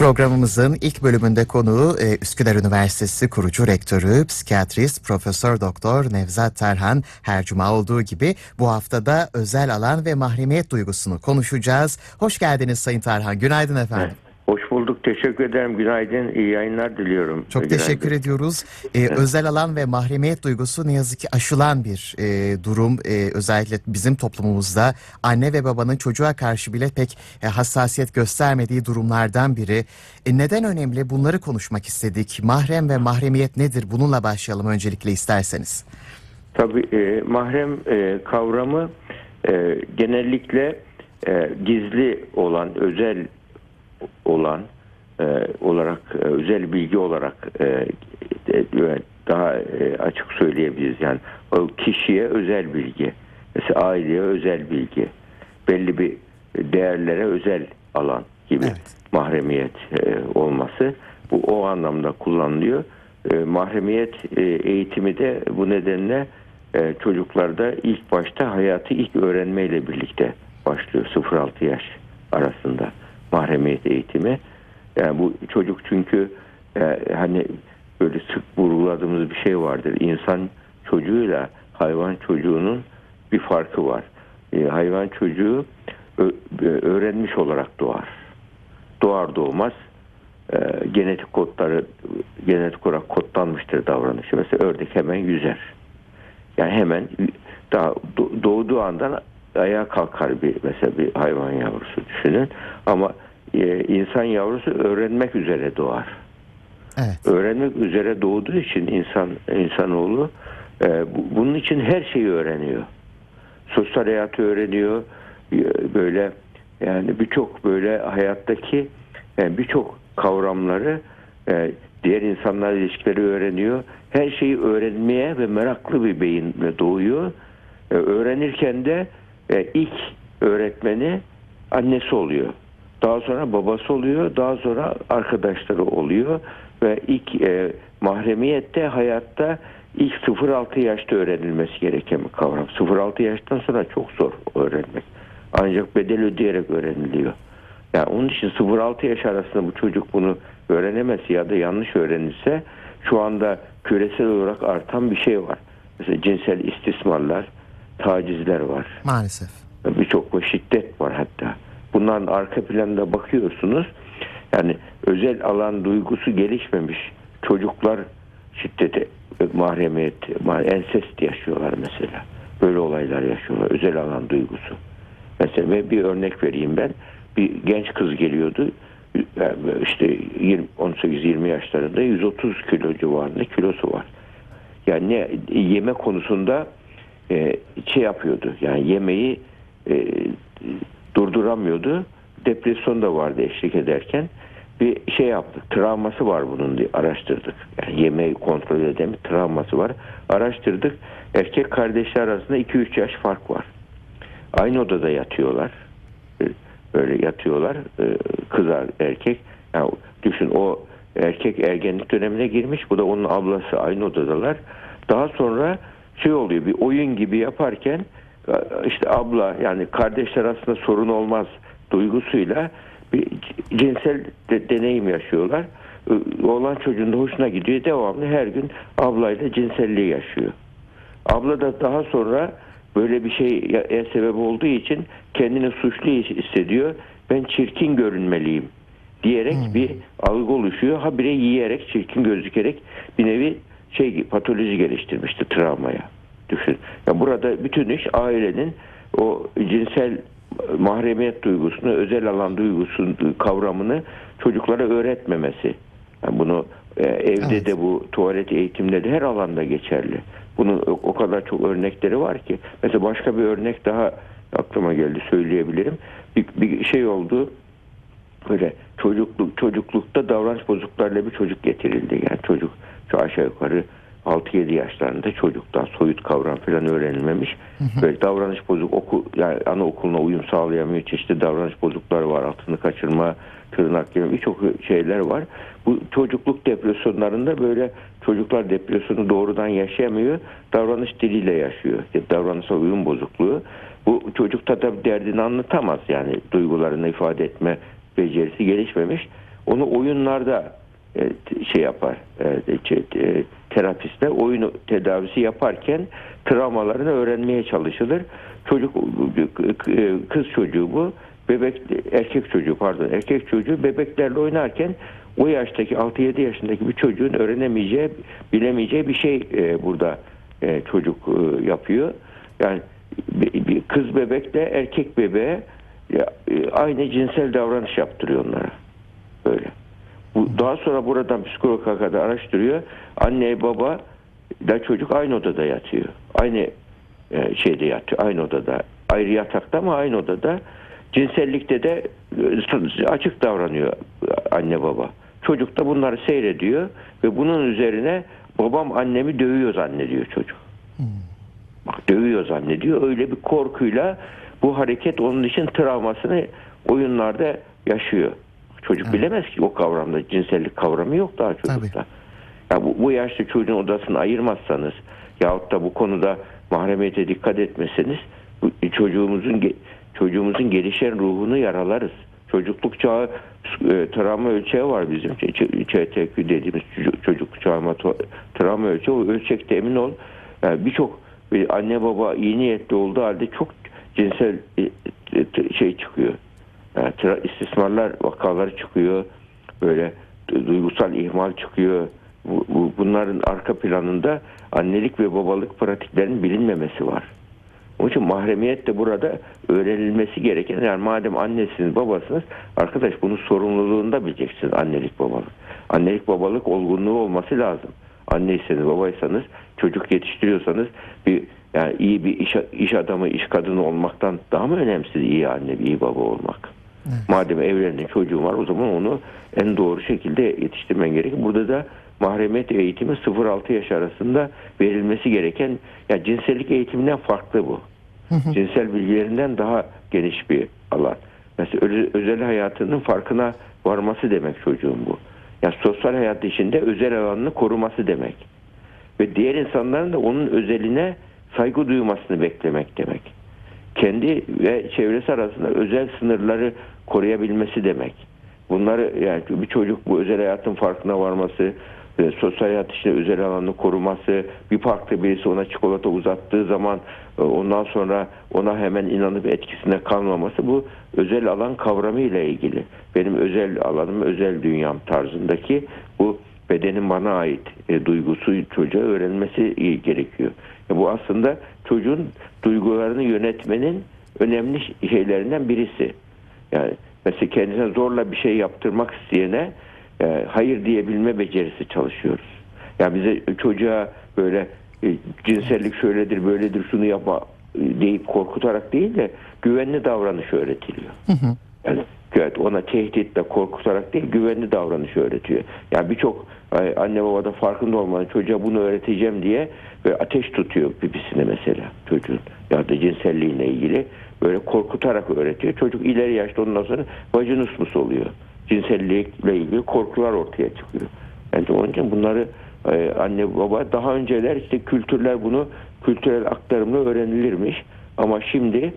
Programımızın ilk bölümünde konuğu Üsküdar Üniversitesi kurucu rektörü, psikiyatrist Profesör Doktor Nevzat Tarhan. Her cuma olduğu gibi bu haftada özel alan ve mahremiyet duygusunu konuşacağız. Hoş geldiniz Sayın Tarhan. Günaydın efendim. Hoş bulduk. Teşekkür ederim. Günaydın. İyi yayınlar diliyorum. Çok teşekkür ediyoruz. Özel alan ve mahremiyet duygusu ne yazık ki aşılan bir durum. Özellikle bizim toplumumuzda anne ve babanın çocuğa karşı bile pek hassasiyet göstermediği durumlardan biri. Neden önemli? Bunları konuşmak istedik. Mahrem ve mahremiyet nedir? Bununla başlayalım öncelikle isterseniz. Tabii mahrem kavramı genellikle gizli olan, özel olan olarak, özel bilgi olarak daha açık söyleyebiliriz. Yani o kişiye özel bilgi, mesela aileye özel bilgi, belli bir değerlere özel alan gibi, evet, mahremiyet olması bu o anlamda kullanılıyor. Mahremiyet eğitimi de bu nedenle çocuklarda ilk başta hayatı ilk öğrenmeyle birlikte başlıyor, 0-6 yaş arasında mahremiyet eğitimi. Yani bu çocuk çünkü hani böyle sık vurguladığımız bir şey vardır. İnsan çocuğuyla hayvan çocuğunun bir farkı var. Hayvan çocuğu öğrenmiş olarak doğar. Doğar doğmaz genetik olarak kodlanmıştır davranışı. Mesela ördek hemen yüzer. Yani hemen daha doğduğu andan ayağa kalkar mesela bir hayvan yavrusu düşünün. Ama insan yavrusu öğrenmek üzere doğar. Evet. Öğrenmek üzere doğduğu için insanoğlu bunun için her şeyi öğreniyor. Sosyal hayatı öğreniyor. Böyle yani birçok böyle hayattaki birçok kavramları, diğer insanlarla ilişkileri öğreniyor. Her şeyi öğrenmeye ve meraklı bir beyinle doğuyor. Öğrenirken de ilk öğretmeni annesi oluyor. Daha sonra babası oluyor. Daha sonra arkadaşları oluyor. Ve ilk mahremiyette hayatta ilk 0-6 yaşta öğrenilmesi gereken bir kavram. 0-6 yaştan sonra çok zor öğrenmek. Ancak bedel ödeyerek öğreniliyor. Yani onun için 0-6 yaş arasında bu çocuk bunu öğrenemez ya da yanlış öğrenirse şu anda küresel olarak artan bir şey var. Mesela cinsel istismarlar, tacizler var. Maalesef. Birçok şiddet var hatta. Bunların arka planına bakıyorsunuz. Yani özel alan duygusu gelişmemiş çocuklar şiddete, mahremiyet, ensest yaşıyorlar mesela. Böyle olaylar yaşıyorlar. Özel alan duygusu. Mesela ve bir örnek vereyim ben. Bir genç kız geliyordu. İşte 18-20 yaşlarında 130 kilo civarında kilosu var. Yani yeme konusunda şey yapıyordu. Yani yemeği durduramıyordu. Depresyon da vardı eşlik ederken. Bir şey yaptık. Travması var bunun diye araştırdık. Yani yemeği kontrol eden bir travması var. Araştırdık. Erkek kardeşler arasında 2-3 yaş fark var. Aynı odada yatıyorlar. Böyle yatıyorlar. Kız erkek. Yani düşün, o erkek ergenlik dönemine girmiş. Bu da onun ablası, aynı odadalar. Daha sonra şey oluyor, bir oyun gibi yaparken işte abla, yani kardeşler arasında sorun olmaz duygusuyla bir cinsel deneyim yaşıyorlar. Oğlan çocuğun da hoşuna gidiyor. Devamlı her gün ablayla cinselliği yaşıyor. Abla da daha sonra böyle bir şeye sebep olduğu için kendini suçlu hissediyor. Ben çirkin görünmeliyim diyerek bir algı oluşuyor. Habire yiyerek, çirkin gözükerek bir nevi patoloji geliştirmişti travmaya. Düşün. Yani burada bütün iş ailenin o cinsel mahremiyet duygusunu, özel alan duygusunun kavramını çocuklara öğretmemesi. Yani bunu evde de, bu tuvalet eğitimde de her alanda geçerli. Bunun o kadar çok örnekleri var ki. Mesela başka bir örnek daha aklıma geldi, söyleyebilirim. Bir şey oldu. Böyle çocuklukta davranış bozukluklarıyla bir çocuk getirildi. Yani çocuk şu aşağı yukarı 6-7 yaşlarında, çocuktan soyut kavram falan öğrenilmemiş. Böyle davranış bozuk, yani anaokuluna uyum sağlayamıyor. Çeşitli davranış bozuklukları var. Altını kaçırma, tırnak gibi birçok şeyler var. Bu çocukluk depresyonlarında böyle çocuklar depresyonu doğrudan yaşayamıyor. Davranış diliyle yaşıyor. Davranışsal uyum bozukluğu. Bu çocukta da derdini anlatamaz. Yani duygularını ifade etme becerisi gelişmemiş. Onu oyunlarda şey yapar. Terapistler oyun tedavisi yaparken travmalarını öğrenmeye çalışılır. Çocuk, kız çocuğu bu. Erkek çocuğu bebeklerle oynarken o yaştaki 6-7 yaşındaki bir çocuğun öğrenemeyeceği, bilemeyeceği bir şey burada çocuk yapıyor. Yani bir kız bebekle erkek bebeğe aynı cinsel davranış yaptırıyor onlara. Böyle. Daha sonra buradan psikologa kadar araştırıyor. Anne baba da çocuk aynı odada yatıyor. Aynı şeyde yatıyor. Aynı odada. Ayrı yatakta ama aynı odada. Cinsellikte de açık davranıyor anne baba. Çocuk da bunları seyrediyor ve bunun üzerine babam annemi dövüyor zannediyor çocuk. Bak, dövüyor zannediyor. Öyle bir korkuyla bu hareket onun için travmasını oyunlarda yaşıyor. Çocuk bilemez ki o kavramda, cinsellik kavramı yok daha çocukta. Ya bu yaşta çocuğun odasını ayırmazsanız yahut da bu konuda mahremiyete dikkat etmeseniz çocuğumuzun gelişen ruhunu yaralarız. Çocukluk çağı travma ölçeği var bizim. ÇTQ dediğimiz çocuk çağı travma ölçeği. O ölçekte emin ol. Yani birçok anne baba iyi niyetli olduğu halde çok cinsel şey çıkıyor. Yani istismarlar vakaları çıkıyor. Böyle duygusal ihmal çıkıyor. Bunların arka planında annelik ve babalık pratiklerinin bilinmemesi var. Onun için mahremiyet de burada öğrenilmesi gereken, yani madem annesiniz babasınız, arkadaş bunun sorumluluğunu da bileceksiniz, annelik babalık. Annelik babalık olgunluğu olması lazım. Anneyseniz babaysanız, çocuk yetiştiriyorsanız yani iyi bir iş adamı, iş kadını olmaktan daha mı önemsiz iyi anne, iyi baba olmak? Evet. Madem evlendin, çocuğun var, o zaman onu en doğru şekilde yetiştirmen gerekir. Burada da mahremiyet eğitimi 0-6 yaş arasında verilmesi gereken, yani cinsellik eğitiminden farklı bu. Cinsel bilgilerinden daha geniş bir alan. Mesela özel hayatının farkına varması demek çocuğun bu. Yani sosyal hayat içinde özel alanını koruması demek. Ve diğer insanların da onun özeline saygı duymasını beklemek demek. Kendi ve çevresi arasında özel sınırları koruyabilmesi demek. Bunları, yani bir çocuk bu özel hayatın farkına varması, sosyal hayat içinde özel alanını koruması, bir parkta birisi ona çikolata uzattığı zaman ondan sonra ona hemen inanıp etkisine kalmaması, bu özel alan kavramı ile ilgili. Benim özel alanım, özel dünyam tarzındaki bu bedenin bana ait duygusu çocuğa öğrenmesi gerekiyor. Bu aslında çocuğun duygularını yönetmenin önemli şeylerinden birisi. Yani mesela kendisine zorla bir şey yaptırmak isteyene hayır diyebilme becerisi çalışıyoruz. Yani bize çocuğa böyle cinsellik şöyledir, böyledir, şunu yapma deyip korkutarak değil de güvenli davranış öğretiliyor. Yani evet, ona tehditle, korkutarak değil, güvenli davranış öğretiyor. Yani birçok anne babada farkında olmadan çocuğa bunu öğreteceğim diye böyle ateş tutuyor pipisine mesela çocuğun, ya da cinselliğine ilgili böyle korkutarak öğretiyor. Çocuk ileri yaşta ondan sonra vajinismus oluyor. Cinsellikle ilgili korkular ortaya çıkıyor. Yani onun için bunları anne baba daha önceler işte kültürler bunu kültürel aktarımla öğrenilirmiş. Ama şimdi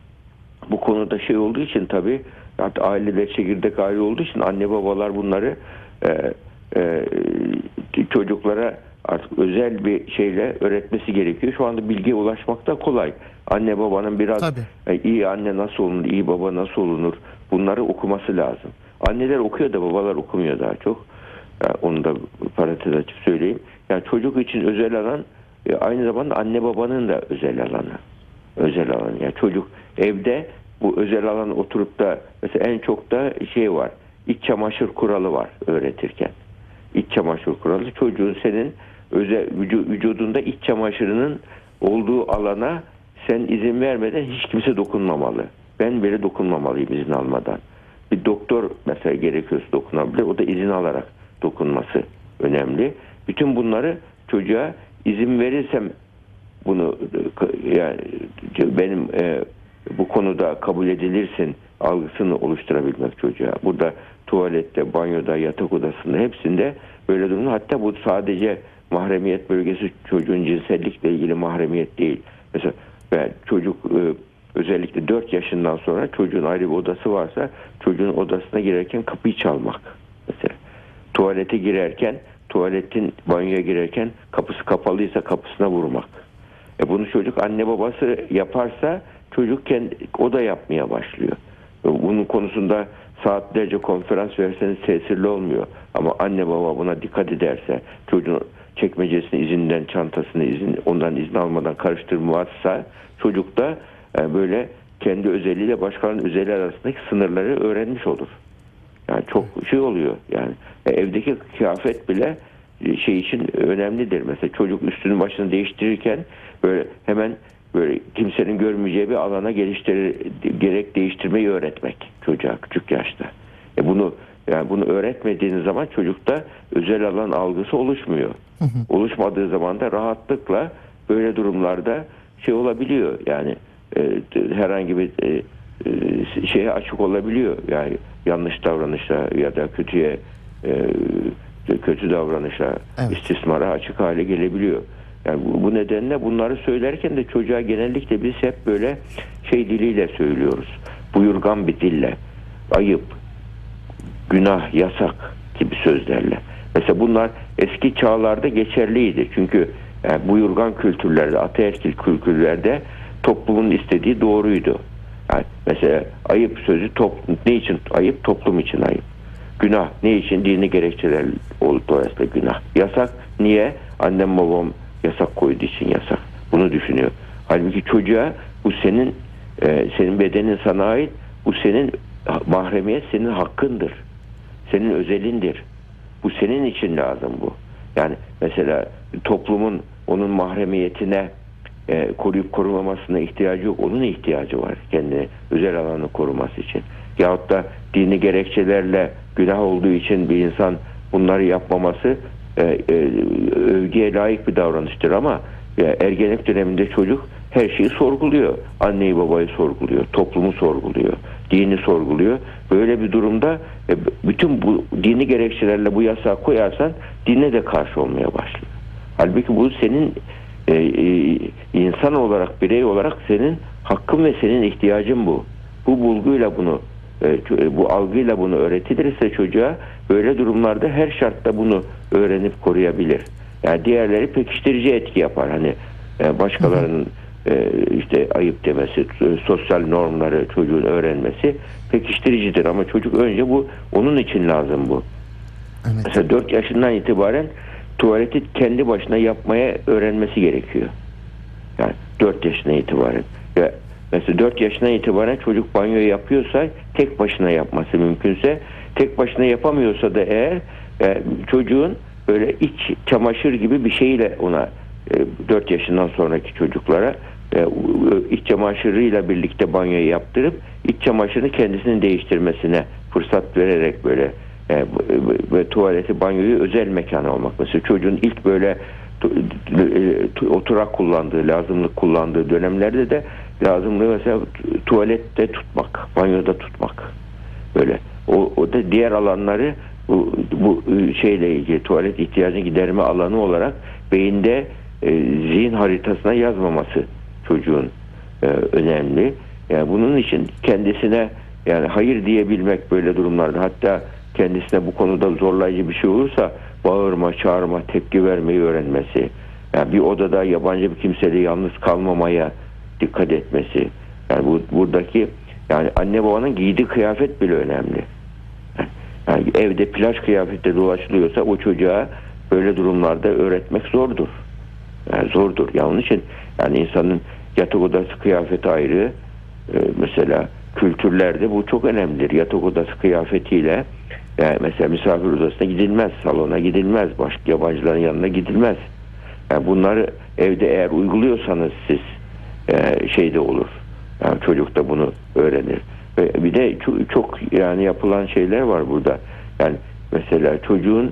bu konuda şey olduğu için tabii aileler çekirdek aile olduğu için anne babalar bunları çocuklara artık özel bir şeyle öğretmesi gerekiyor. Şu anda bilgiye ulaşmak da kolay. Anne babanın biraz iyi anne nasıl olunur, iyi baba nasıl olunur, bunları okuması lazım. Anneler okuyor da babalar okumuyor daha çok. Yani onu da parantez açıp söyleyeyim. Yani çocuk için özel alan aynı zamanda anne babanın da özel alanı. Özel alan. Yani çocuk evde bu özel alan oturup da mesela en çok da şey var. İç çamaşır kuralı var öğretirken. İç çamaşır kuralı. Çocuğun senin özel vücudunda iç çamaşırının olduğu alana sen izin vermeden hiç kimse dokunmamalı. Ben bile dokunmamalıyım izin almadan. Bir doktor mesela gerekiyorsa dokunabilir. O da izin alarak dokunması önemli. Bütün bunları çocuğa izin verirsem bunu yani benim bu konuda kabul edilirsin algısını oluşturabilmek çocuğa. Burada tuvalette, banyoda, yatak odasında hepsinde böyle durumda. Hatta bu sadece mahremiyet bölgesi çocuğun cinsellikle ilgili mahremiyet değil. Mesela çocuk özellikle 4 yaşından sonra çocuğun ayrı bir odası varsa çocuğun odasına girerken kapıyı çalmak. Mesela tuvalete girerken, banyoya girerken kapısı kapalıysa kapısına vurmak. Bunu çocuk anne babası yaparsa çocuk o da yapmaya başlıyor. Bunun konusunda saatlerce konferans verseniz tesirli olmuyor. Ama anne baba buna dikkat ederse, çocuğun çekmecesini izinden, çantasını ondan izin almadan karıştırmazsa çocuk da böyle kendi özelliğiyle başkalarının özelliği arasındaki sınırları öğrenmiş olur. Yani çok şey oluyor yani. Evdeki kıyafet bile şey için önemlidir. Mesela çocuk üstünü başını değiştirirken böyle hemen böyle kimsenin görmeyeceği bir alana gerek değiştirmeyi öğretmek çocuğa küçük yaşta. Bunu öğretmediğiniz zaman çocukta özel alan algısı oluşmuyor. Oluşmadığı zaman da rahatlıkla böyle durumlarda şey olabiliyor. Yani herhangi bir şeye açık olabiliyor. Yani yanlış davranışa ya da kötü davranışa, istismara açık hale gelebiliyor. Yani bu nedenle bunları söylerken de çocuğa genellikle biz hep böyle şey diliyle söylüyoruz. Buyurgan bir dille. Ayıp, günah, yasak gibi sözlerle. Mesela bunlar eski çağlarda geçerliydi. Çünkü buyurgan kültürlerde, ataerkil kültürlerde toplumun istediği doğruydu. Yani mesela ayıp sözü ne için ayıp? Toplum için ayıp. Günah ne için? Dini gerekçeler dolayısıyla günah. Yasak niye? Annem babam yasak koyduğu için yasak. Bunu düşünüyor. Halbuki çocuğa bu senin bedenin sana ait. Bu senin mahremiyet senin hakkındır. Senin özelindir. Bu senin için lazım bu. Yani mesela toplumun onun mahremiyetine koruyup korumamasına ihtiyacı yok. Onun ihtiyacı var kendine özel alanı koruması için. Yahut da dini gerekçelerle günah olduğu için bir insan bunları yapmaması övgüye layık bir davranıştır ama ergenlik döneminde çocuk her şeyi sorguluyor. Anneyi babayı sorguluyor, toplumu sorguluyor, dini sorguluyor. Böyle bir durumda bütün bu dini gerekçelerle bu yasağı koyarsan dine de karşı olmaya başlıyor. Halbuki bu senin insan olarak, birey olarak senin hakkın ve senin ihtiyacın bu. Bu bulguyla bu algıyla bunu öğretilirse çocuğa böyle durumlarda her şartta bunu öğrenip koruyabilir. Yani diğerleri pekiştirici etki yapar. Hani başkalarının işte ayıp demesi, sosyal normları çocuğun öğrenmesi pekiştiricidir ama çocuk önce onun için lazım bu. Evet. Mesela 4 yaşından itibaren tuvaleti kendi başına yapmaya öğrenmesi gerekiyor. Yani 4 yaşına itibaren. Mesela 4 yaşına itibaren çocuk banyo yapıyorsa tek başına yapması mümkünse, tek başına yapamıyorsa da eğer çocuğun böyle iç çamaşır gibi bir şeyle ona 4 yaşından sonraki çocuklara iç çamaşırıyla birlikte banyoyu yaptırıp iç çamaşırını kendisinin değiştirmesine fırsat vererek böyle tuvaleti, banyoyu özel mekan olmak. Mesela çocuğun ilk böyle oturak kullandığı, lazımlık kullandığı dönemlerde de lazımlığı mesela tuvalette tutmak, banyoda tutmak. Böyle. O da diğer alanları bu şeyle ilgili tuvalet ihtiyacını giderme alanı olarak beyinde zihin haritasına yazmaması çocuğun önemli. Yani bunun için kendisine yani hayır diyebilmek böyle durumlarda, hatta kendisine bu konuda zorlayıcı bir şey olursa bağırma, çağırma, tepki vermeyi öğrenmesi. Yani bir odada yabancı bir kimseyle yalnız kalmamaya dikkat etmesi. Yani buradaki yani anne babanın giydiği kıyafet bile önemli. Yani evde plaj kıyafetle dolaşılıyorsa o çocuğa böyle durumlarda öğretmek zordur. Yani zordur. Onun için yani insanın yatak odası kıyafeti ayrı. Mesela kültürlerde bu çok önemlidir. Yatak odası kıyafetiyle yani mesela misafir odasına gidilmez, salona gidilmez, başka yabancıların yanına gidilmez. Yani bunları evde eğer uyguluyorsanız siz şeyde olur. Yani çocuk da bunu öğrenir. Ve bir de çok yani yapılan şeyler var burada. Yani mesela çocuğun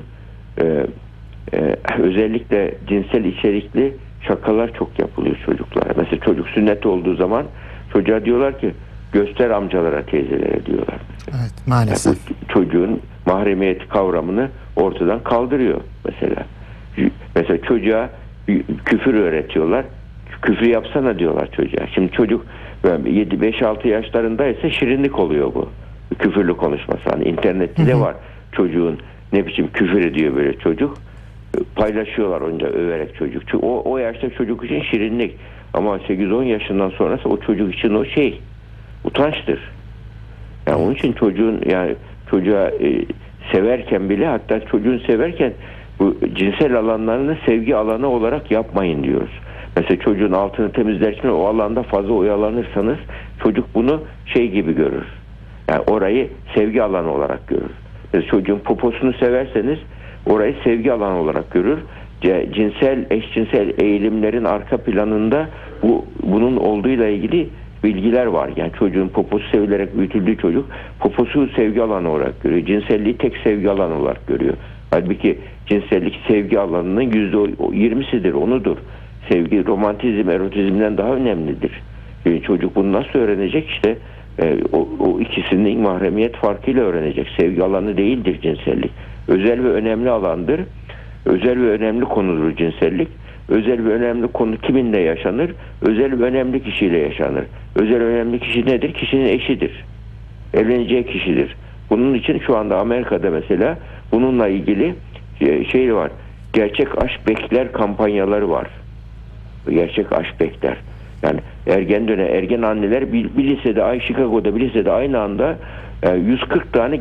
özellikle cinsel içerikli şakalar çok yapılıyor çocuklara. Mesela çocuk sünnet olduğu zaman çocuğa diyorlar ki göster amcalara, teyzelere diyorlar. Evet, maalesef. Yani bu çocuğun mahremiyet kavramını ortadan kaldırıyor mesela. Mesela çocuğa küfür öğretiyorlar. Küfür yapsana diyorlar çocuğa. Şimdi çocuk 7-5-6 yaşlarındaysa şirinlik oluyor bu. Küfürlü konuşması. Hani internette de var. çocuğun ne biçim küfür ediyor böyle çocuk. Paylaşıyorlar onca överek çocuk. Çünkü o yaşta çocuk için şirinlik. Ama 8-10 yaşından sonrası o çocuk için o utançtır. Yani onun için çocuğa severken bile, hatta çocuğun severken bu cinsel alanlarını sevgi alanı olarak yapmayın diyoruz. Mesela çocuğun altını temizlerken o alanda fazla oyalanırsanız çocuk bunu gibi görür. Yani orayı sevgi alanı olarak görür. Mesela çocuğun poposunu severseniz orayı sevgi alanı olarak görür. Eşcinsel eğilimlerin arka planında bunun olduğuyla ilgili bilgiler var. Yani çocuğun poposu sevilerek büyütüldüğü çocuk poposu sevgi alanı olarak görüyor. Cinselliği tek sevgi alanı olarak görüyor. Halbuki cinsellik sevgi alanının %20'sidir, onudur. Sevgi, romantizm, erotizmden daha önemlidir. Çocuk bunu nasıl öğrenecek? İşte o ikisinin mahremiyet farkıyla öğrenecek. Sevgi alanı değildir cinsellik. Özel ve önemli alandır. Özel ve önemli konudur cinsellik. Özel ve önemli konu kiminle yaşanır? Özel ve önemli kişiyle yaşanır. Özel ve önemli kişi nedir? Kişinin eşidir. Evleneceği kişidir. Bunun için şu anda Amerika'da mesela bununla ilgili var. Gerçek aşk bekler kampanyaları var. Gerçek aşk bekler. Yani ergen anneler bir lisede, Chicago'da bir lisede aynı anda 140 tane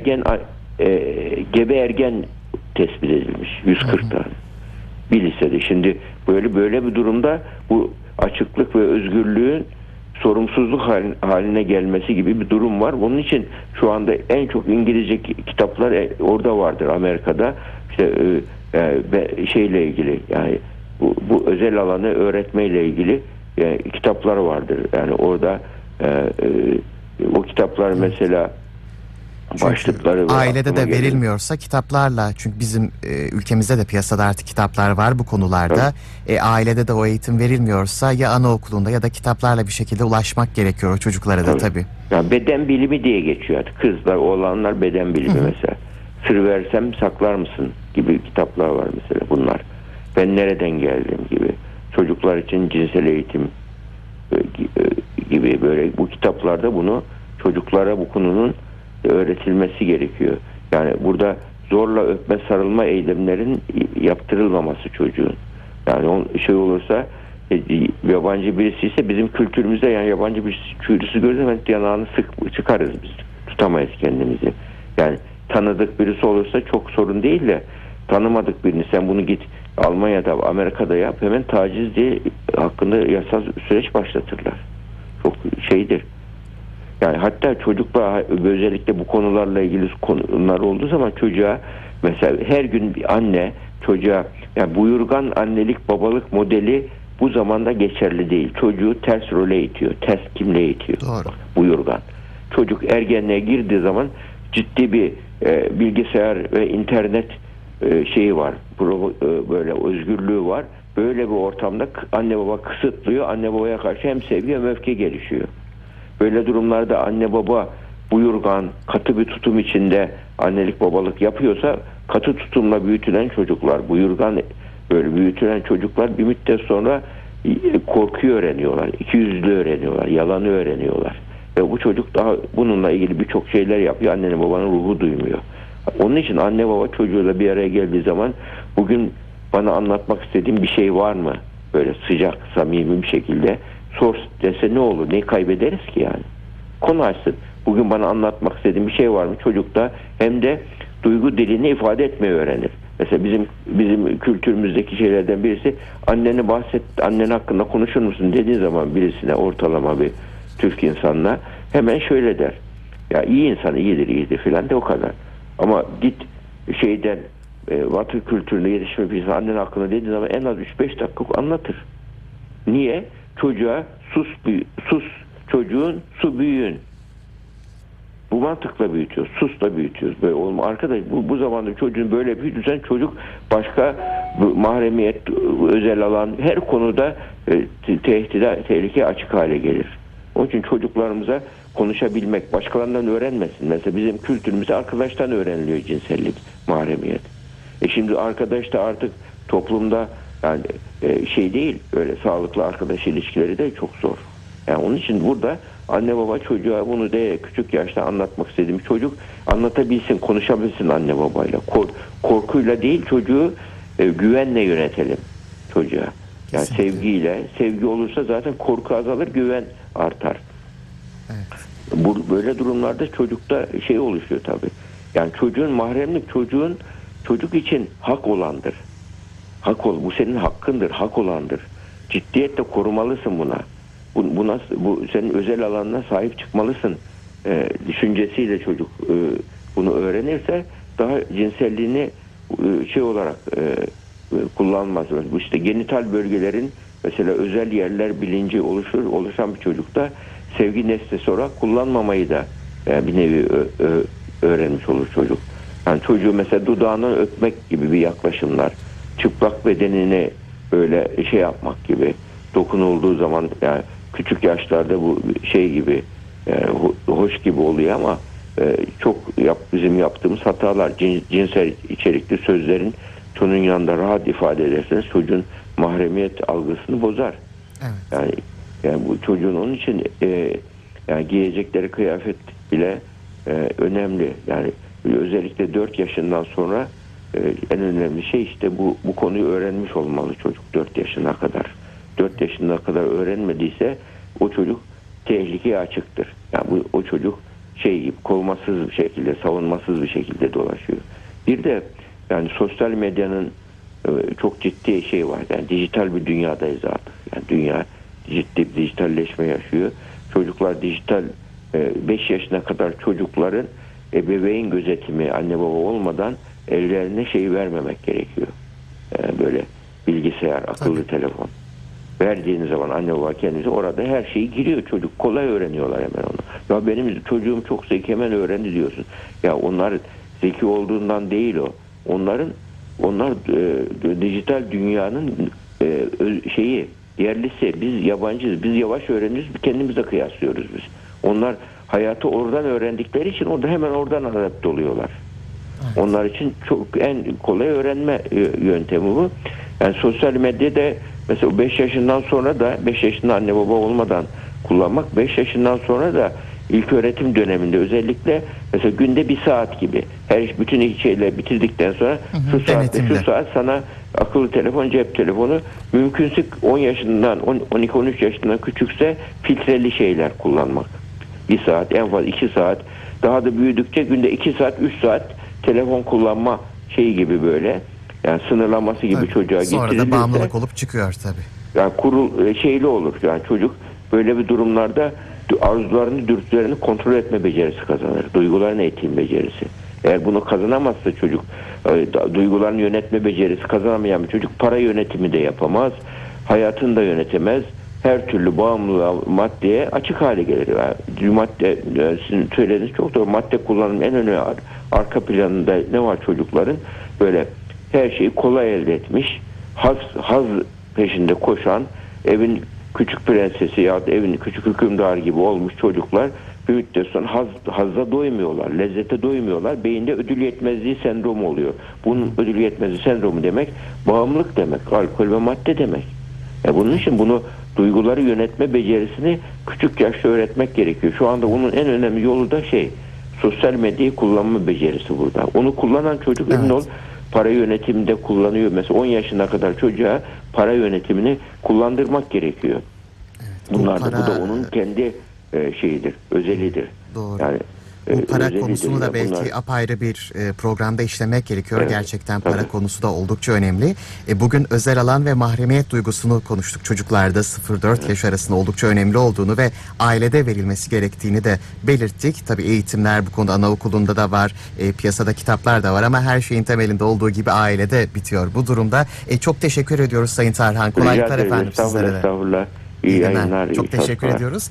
gebe ergen tespit edilmiş. 140 tane. Bir lisede. Şimdi böyle bir durumda bu açıklık ve özgürlüğün sorumsuzluk haline gelmesi gibi bir durum var. Bunun için şu anda en çok İngilizce kitaplar orada vardır, Amerika'da. İşte şeyle ilgili, yani bu özel alanı öğretmeyle ilgili kitaplar vardır. Yani orada o kitaplar mesela başlıkları ailede de verilmiyorsa kitaplarla, çünkü bizim ülkemizde de piyasada artık kitaplar var bu konularda. Ailede de o eğitim verilmiyorsa ya anaokulunda ya da kitaplarla bir şekilde ulaşmak gerekiyor o çocuklara da tabii. Yani beden bilimi diye geçiyor artık. Kızlar, oğlanlar beden bilimi mesela. Sır versem saklar mısın gibi kitaplar var mesela bunlar. Ben nereden geldim gibi. Çocuklar için cinsel eğitim gibi böyle bu kitaplarda bunu çocuklara bu konunun öğretilmesi gerekiyor. Yani burada zorla öpme sarılma eylemlerin yaptırılmaması çocuğun. Yani olursa yabancı birisi ise bizim kültürümüzde, yani yabancı birisi gördüğü zaman yanağını çıkarız biz. Tutamayız kendimizi. Yani tanıdık birisi olursa çok sorun değil de tanımadık birini sen bunu git Almanya'da, Amerika'da yap, hemen taciz diye hakkında yasal süreç başlatırlar. Çok şeydir. Yani hatta çocukla özellikle bu konularla ilgili konular olduğu zaman çocuğa mesela her gün bir anne çocuğa, yani buyurgan annelik babalık modeli bu zamanda geçerli değil. Çocuğu ters role itiyor. Ters kimliğe itiyor. Doğru. Buyurgan. Çocuk ergenliğe girdiği zaman ciddi bir bilgisayar ve internet var. Böyle özgürlüğü var. Böyle bir ortamda anne baba kısıtlıyor. Anne babaya karşı hem sevgi hem öfke gelişiyor. Böyle durumlarda anne baba buyurgan, katı bir tutum içinde annelik babalık yapıyorsa, katı tutumla büyütülen çocuklar, buyurgan böyle büyütülen çocuklar bir müddet sonra korkuyu öğreniyorlar, ikiyüzlülüğü öğreniyorlar, yalanı öğreniyorlar. Ve bu çocuk daha bununla ilgili birçok şeyler yapıyor. Annenin babanın ruhu duymuyor. Onun için anne baba çocuğuyla bir araya geldiği zaman bugün bana anlatmak istediğin bir şey var mı? Böyle sıcak, samimi bir şekilde sor dese ne olur? Ne kaybederiz ki yani? Konu açsın. Bugün bana anlatmak istediğin bir şey var mı? Çocuk da hem de duygu dilini ifade etmeyi öğrenir. Mesela bizim kültürümüzdeki şeylerden birisi, annen hakkında konuşur musun dediğin zaman birisine, ortalama bir Türk insanına hemen şöyle der. Ya iyi insan iyidir filan de o kadar. Ama git Batı kültüründe yetişmiş bir insan annen hakkında dediği zaman en az 3-5 dakika anlatır. Niye? Çocuğa sus çocuğun, su büyüğün. Bu mantıkla büyütüyoruz. Susla büyütüyoruz. Böyle oğlum arkadaş bu zamanda çocuğun böyle büyütürsen çocuk başka mahremiyet, özel alan her konuda tehlikeye açık hale gelir. Onun için çocuklarımıza konuşabilmek, başkalarından öğrenmesin. Mesela bizim kültürümüzde arkadaştan öğreniliyor cinsellik, mahremiyet. Şimdi arkadaş da artık toplumda yani değil, öyle sağlıklı arkadaş ilişkileri de çok zor. Yani onun için burada anne baba çocuğa bunu de küçük yaşta anlatmak istediğim, çocuk anlatabilsin, konuşabilsin anne babayla. Korkuyla değil, çocuğu güvenle yönetelim çocuğa. Yani Kesinlikle. sevgiyle, sevgi olursa zaten korku azalır, güven artar. Evet. Böyle durumlarda çocukta şey oluşuyor tabii. Yani çocuğun mahremlik, çocuk için hak olandır. Bu senin hakkındır, hak olandır. Ciddiyetle korumalısın buna. Bu senin özel alanına sahip çıkmalısın. Düşüncesiyle çocuk bunu öğrenirse daha cinselliğini şey olarak kullanmaz. Bu işte genital bölgelerin mesela özel yerler bilinci oluşan bir çocukta sevgi nesnesi olarak kullanmamayı da bir nevi öğrenmiş olur çocuk. Yani çocuğu mesela dudağından öpmek gibi bir yaklaşımlar, çıplak bedenini böyle şey yapmak gibi, dokunulduğu zaman yani küçük yaşlarda bu şey gibi hoş gibi oluyor ama çok bizim yaptığımız hatalar, cinsel içerikli sözlerin çocuğun yanında rahat ifade ederseniz çocuğun mahremiyet algısını bozar. Evet. Yani bu çocuğun onun için yani giyecekleri kıyafet bile önemli. Yani özellikle 4 yaşından sonra en önemli şey işte bu konuyu öğrenmiş olmalı çocuk 4 yaşına kadar. 4 yaşına kadar öğrenmediyse o çocuk tehlikeye açıktır. Yani o çocuk şey gibi kovmasız bir şekilde, savunmasız bir şekilde dolaşıyor. Bir de yani sosyal medyanın çok ciddi şey var. Yani dijital bir dünyadayız artık. Yani dünya ciddi bir dijitalleşme yaşıyor. Çocuklar 5 yaşına kadar çocukların ebeveyn gözetimi, anne baba olmadan ellerine şey vermemek gerekiyor. Böyle bilgisayar, akıllı telefon. Verdiğiniz zaman anne baba kendisi orada her şeyi giriyor. Çocuk kolay öğreniyorlar hemen onu. Ya benim çocuğum çok zeki, hemen öğrendi diyorsun. Ya onlar zeki olduğundan değil o. Onlar dijital dünyanın yerlisi. Biz yabancıyız. Biz yavaş öğreniyoruz. Kendimizle kıyaslıyoruz biz. Onlar hayatı oradan öğrendikleri için hemen oradan adapte oluyorlar. Evet. Onlar için çok en kolay öğrenme yöntemi bu. Yani sosyal medyada mesela 5 yaşından sonra da 5 yaşında anne baba olmadan kullanmak, 5 yaşından sonra da ilköğretim döneminde özellikle mesela günde 1 saat gibi bütün şeyler bitirdikten sonra şu saat sana akıllı telefon, cep telefonu, mümkünse 10 yaşından 12-13 yaşından küçükse filtreli şeyler kullanmak. 1 saat, en fazla 2 saat, daha da büyüdükçe günde 2 saat 3 saat telefon kullanma şeyi gibi böyle. Yani sınırlaması gibi çocuğa getirilirse. Sonra da bağımlılık olup çıkıyor tabii. Yani şeyli olur. Yani çocuk böyle bir durumlarda arzularını, dürtülerini kontrol etme becerisi kazanır. Duygularını eğitim becerisi. Eğer bunu kazanamazsa çocuk, duygularını yönetme becerisi kazanamayan bir çocuk para yönetimi de yapamaz. Hayatını da yönetemez. Her türlü bağımlılığa, maddeye açık hale gelir. Yani sizin söylediğiniz çok doğru. Madde kullanımı en önemli arka planında ne var çocukların? Böyle her şeyi kolay elde etmiş, haz peşinde koşan, evin küçük prensesi ya da evin küçük hükümdarı gibi olmuş çocuklar bir müddet sonra hazza doymuyorlar, lezzete doymuyorlar. Beyinde ödül yetmezliği sendromu oluyor. Bunun ödül yetmezliği sendromu demek, bağımlılık demek, alkol ve madde demek. Bunun için bunu duyguları yönetme becerisini küçük yaşta öğretmek gerekiyor. Şu anda bunun en önemli yolu da sosyal medyayı kullanma becerisi burada. Onu kullanan çocuk emin ol para yönetiminde kullanıyor. Mesela 10 yaşına kadar çocuğa para yönetimini kullandırmak gerekiyor. Evet, bu da onun kendi şeyidir, özelidir. Doğru. Yani bu para konusunu da belki apayrı bir programda işlemek gerekiyor. Evet, gerçekten para konusu da oldukça önemli. Bugün özel alan ve mahremiyet duygusunu konuştuk. Çocuklarda 0-4 yaş arasında oldukça önemli olduğunu ve ailede verilmesi gerektiğini de belirttik. Tabii eğitimler bu konuda anaokulunda da var, piyasada kitaplar da var ama her şeyin temelinde olduğu gibi ailede bitiyor bu durumda. Çok teşekkür ediyoruz Sayın Tarhan. Kolaylıklar efendim sizlere de. Estağfurullah. İyi yayınlar. Çok teşekkür ediyoruz.